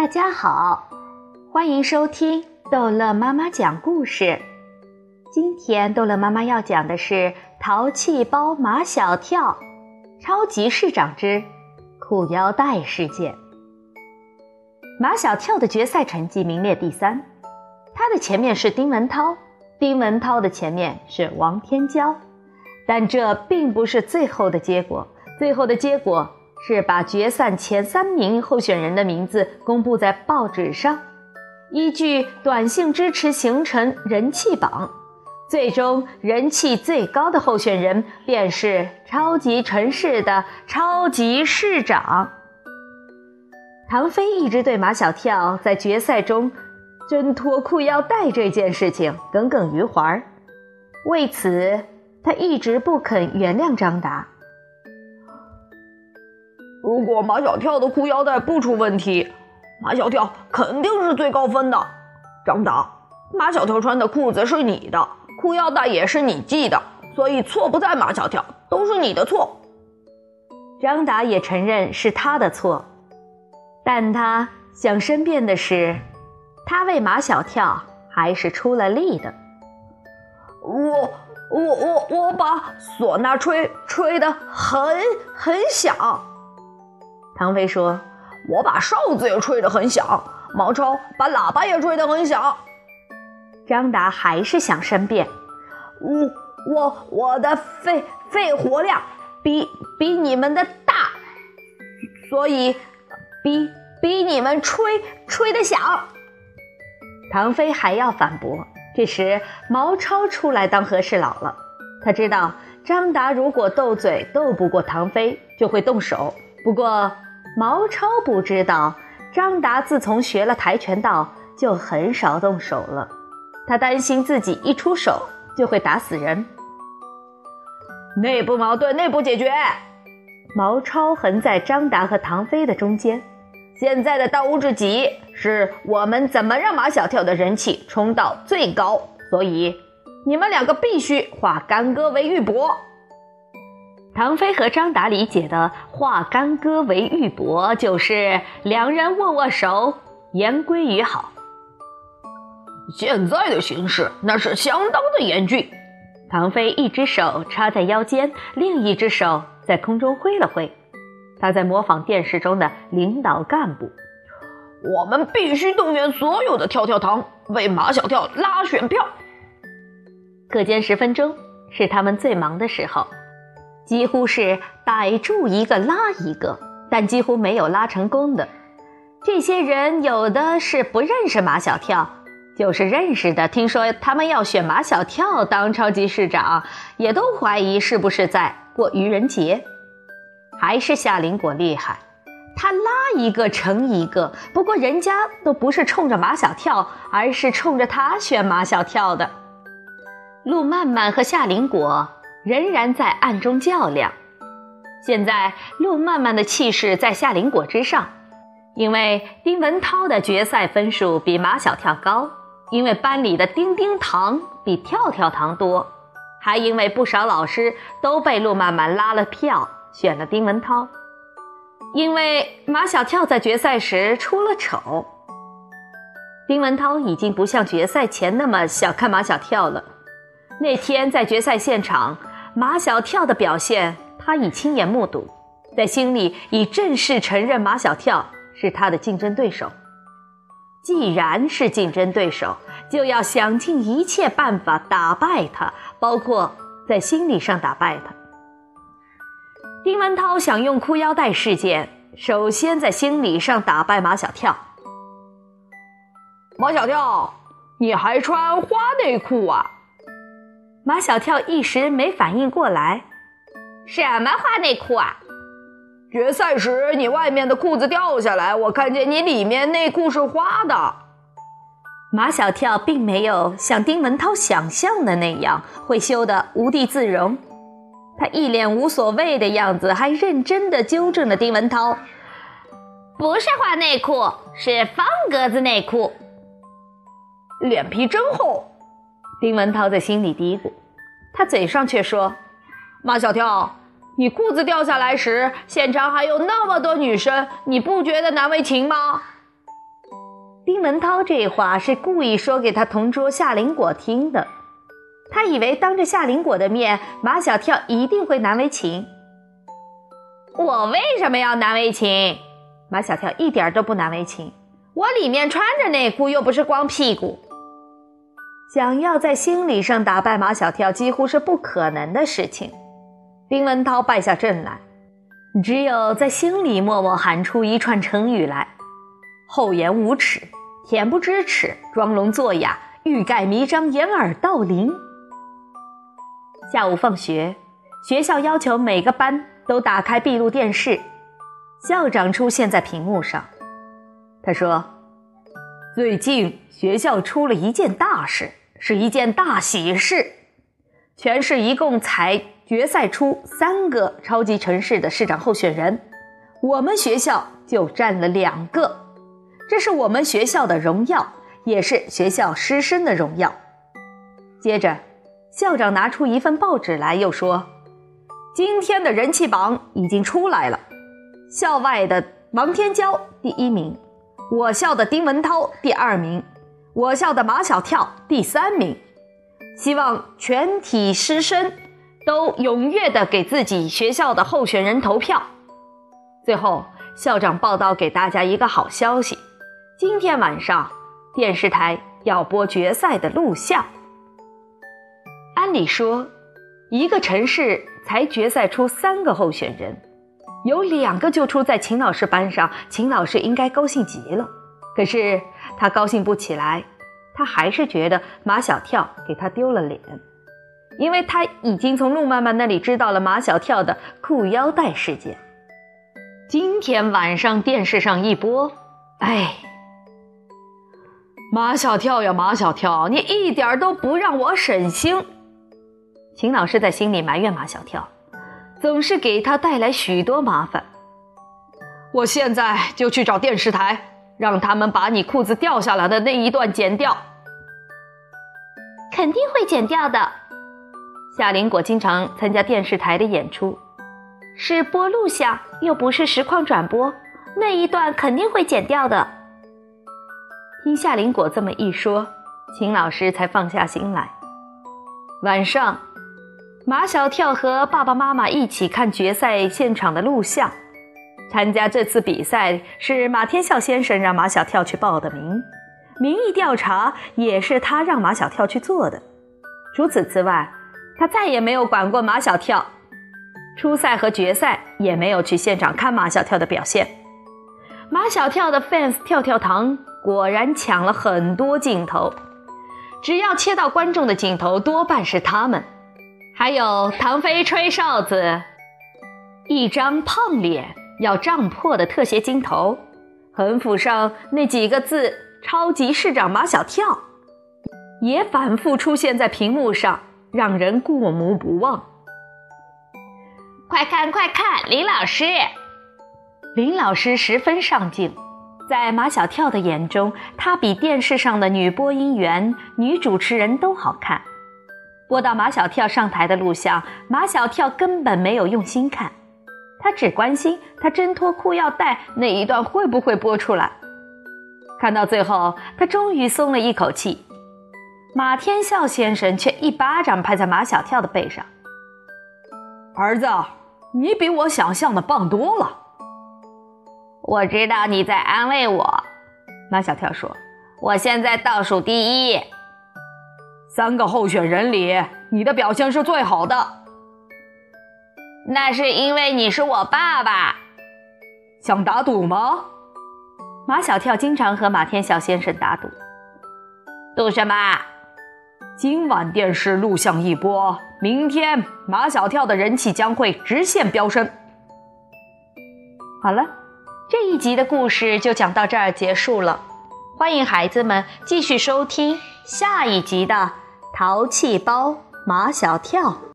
大家好，欢迎收听逗乐妈妈讲故事。今天逗乐妈妈要讲的是淘气包马小跳超级市长之裤腰带事件。马小跳的决赛成绩名列第3，他的前面是丁文涛，丁文涛的前面是王天骄，但这并不是最后的结果，最后的结果是把决赛前3名候选人的名字公布在报纸上，依据短信支持形成人气榜，最终人气最高的候选人便是超级城市的超级市长。唐飞一直对马小跳在决赛中挣脱裤腰带这件事情耿耿于怀，为此他一直不肯原谅张达。 如果马小跳的裤腰带不出问题，马小跳肯定是最高分的。张达，马小跳穿的裤子是你的，裤腰带也是你系的，所以错不在马小跳，都是你的错。 张达也承认是他的错，但他想申辩的是，他为马小跳还是出了力的。 我把唢呐吹得很响。 唐飞说， 我把哨子也吹得很响，毛超把喇叭也吹得很响。 张达还是想申辩， 我的肺活量比你们的大，所以比你们吹得响。 唐飞还要反驳，这时毛超出来当和事佬了。他知道张达如果斗嘴斗不过唐飞，就会动手。不过毛超不知道，张达自从学了跆拳道就很少动手了，他担心自己一出手就会打死人。 内部矛盾内部解决。 毛超横在张达和唐飞的中间， 现在的当务之急是我们怎么让马小跳的人气冲到最高，所以你们2个必须化干戈为玉帛。 唐飞和张达理解的化干戈为玉帛，就是2人握握手，言归于好。 现在的形势那是相当的严峻。 唐飞一只手插在腰间，另一只手在空中挥了挥，他在模仿电视中的领导干部。 我们必须动员所有的跳跳糖，为马小跳拉选票。 课间10分钟是他们最忙的时候，几乎是逮住一个拉一个，但几乎没有拉成功的。这些人有的是不认识马小跳，就是认识的，听说他们要选马小跳当超级市长，也都怀疑是不是在过愚人节。还是夏林果厉害，他拉一个成一个，不过人家都不是冲着马小跳，而是冲着他选马小跳的。陆漫漫和夏林果仍然在暗中较量，现在陆漫漫的气势在夏林果之上，因为丁文涛的决赛分数比马小跳高，因为班里的丁丁糖比跳跳糖多，还因为不少老师都被陆漫漫拉了票选了丁文涛，因为马小跳在决赛时出了丑。丁文涛已经不像决赛前那么小看马小跳了，那天在决赛现场，马小跳的表现他已亲眼目睹，在心里已正式承认马小跳是他的竞争对手。既然是竞争对手，就要想尽一切办法打败他，包括在心理上打败他。丁文涛想用裤腰带事件，首先在心理上打败马小跳。 马小跳，你还穿花内裤啊？ 马小跳一时没反应过来，什么花内裤啊？ 决赛时你外面的裤子掉下来，我看见你里面内裤是花的。 马小跳并没有像丁文涛想象的那样会羞得无地自容，他一脸无所谓的样子，还认真地纠正了丁文涛，不是花内裤，是方格子内裤。 脸皮真厚， 丁文涛在心里嘀咕，他嘴上却说， 马小跳，你裤子掉下来时，现场还有那么多女生，你不觉得难为情吗？ 丁文涛这话是故意说给他同桌夏林果听的，他以为当着夏林果的面，马小跳一定会难为情。我为什么要难为情？马小跳一点都不难为情，我里面穿着内裤，又不是光屁股。想要在心理上打败马小跳几乎是不可能的事情。丁文涛败下阵来，只有在心里默默喊出一串成语来：厚颜无耻，恬不知耻，装聋作哑，欲盖弥彰，掩耳盗铃。下午放学，学校要求每个班都打开闭路电视，校长出现在屏幕上。他说，最近学校出了一件大事，是一件大喜事，全市一共才决赛出3个超级城市的市长候选人，我们学校就占了2个，这是我们学校的荣耀，也是学校师生的荣耀。接着校长拿出一份报纸来，又说，今天的人气榜已经出来了，校外的王天骄第1名，我校的丁文涛第2名，我校的马小跳第3名，希望全体师生都踊跃地给自己学校的候选人投票。最后校长报道给大家一个好消息，今天晚上电视台要播决赛的录像。按理说，一个城市才决赛出3个候选人，有2个就出在秦老师班上，秦老师应该高兴极了。可是他高兴不起来，他还是觉得马小跳给他丢了脸，因为他已经从陆漫漫那里知道了马小跳的裤腰带事件。今天晚上电视上一播，马小跳呀马小跳，你一点都不让我省心。秦老师在心里埋怨马小跳，总是给他带来许多麻烦。我现在就去找电视台，让他们把你裤子掉下来的那一段剪掉。肯定会剪掉的。夏林果经常参加电视台的演出，是播录像，又不是实况转播，那一段肯定会剪掉的。听夏林果这么一说，秦老师才放下心来。晚上，马小跳和爸爸妈妈一起看决赛现场的录像。参加这次比赛是马天笑先生让马小跳去报的名，民意调查也是他让马小跳去做的。除此之外，他再也没有管过马小跳，初赛和决赛也没有去现场看马小跳的表现。马小跳的 fans 跳跳糖果然抢了很多镜头，只要切到观众的镜头多半是他们。还有唐飞吹哨子，一张胖脸要胀破的特写镜头，横幅上那几个字超级市长马小跳也反复出现在屏幕上，让人过目不忘。快看快看，林老师！林老师十分上镜，在马小跳的眼中，他比电视上的女播音员、女主持人都好看。播到马小跳上台的录像，马小跳根本没有用心看，他只关心他挣脱裤腰带那一段会不会播出来。看到最后，他终于松了一口气。马天笑先生却一巴掌拍在马小跳的背上。儿子，你比我想象的棒多了。我知道你在安慰我，马小跳说，我现在倒数第1。3个候选人里，你的表现是最好的。那是因为你是我爸爸。想打赌吗？马小跳经常和马天笑先生打赌。赌什么？今晚电视录像一播，明天马小跳的人气将会直线飙升。好了，这一集的故事就讲到这儿结束了。欢迎孩子们继续收听下一集的淘气包马小跳。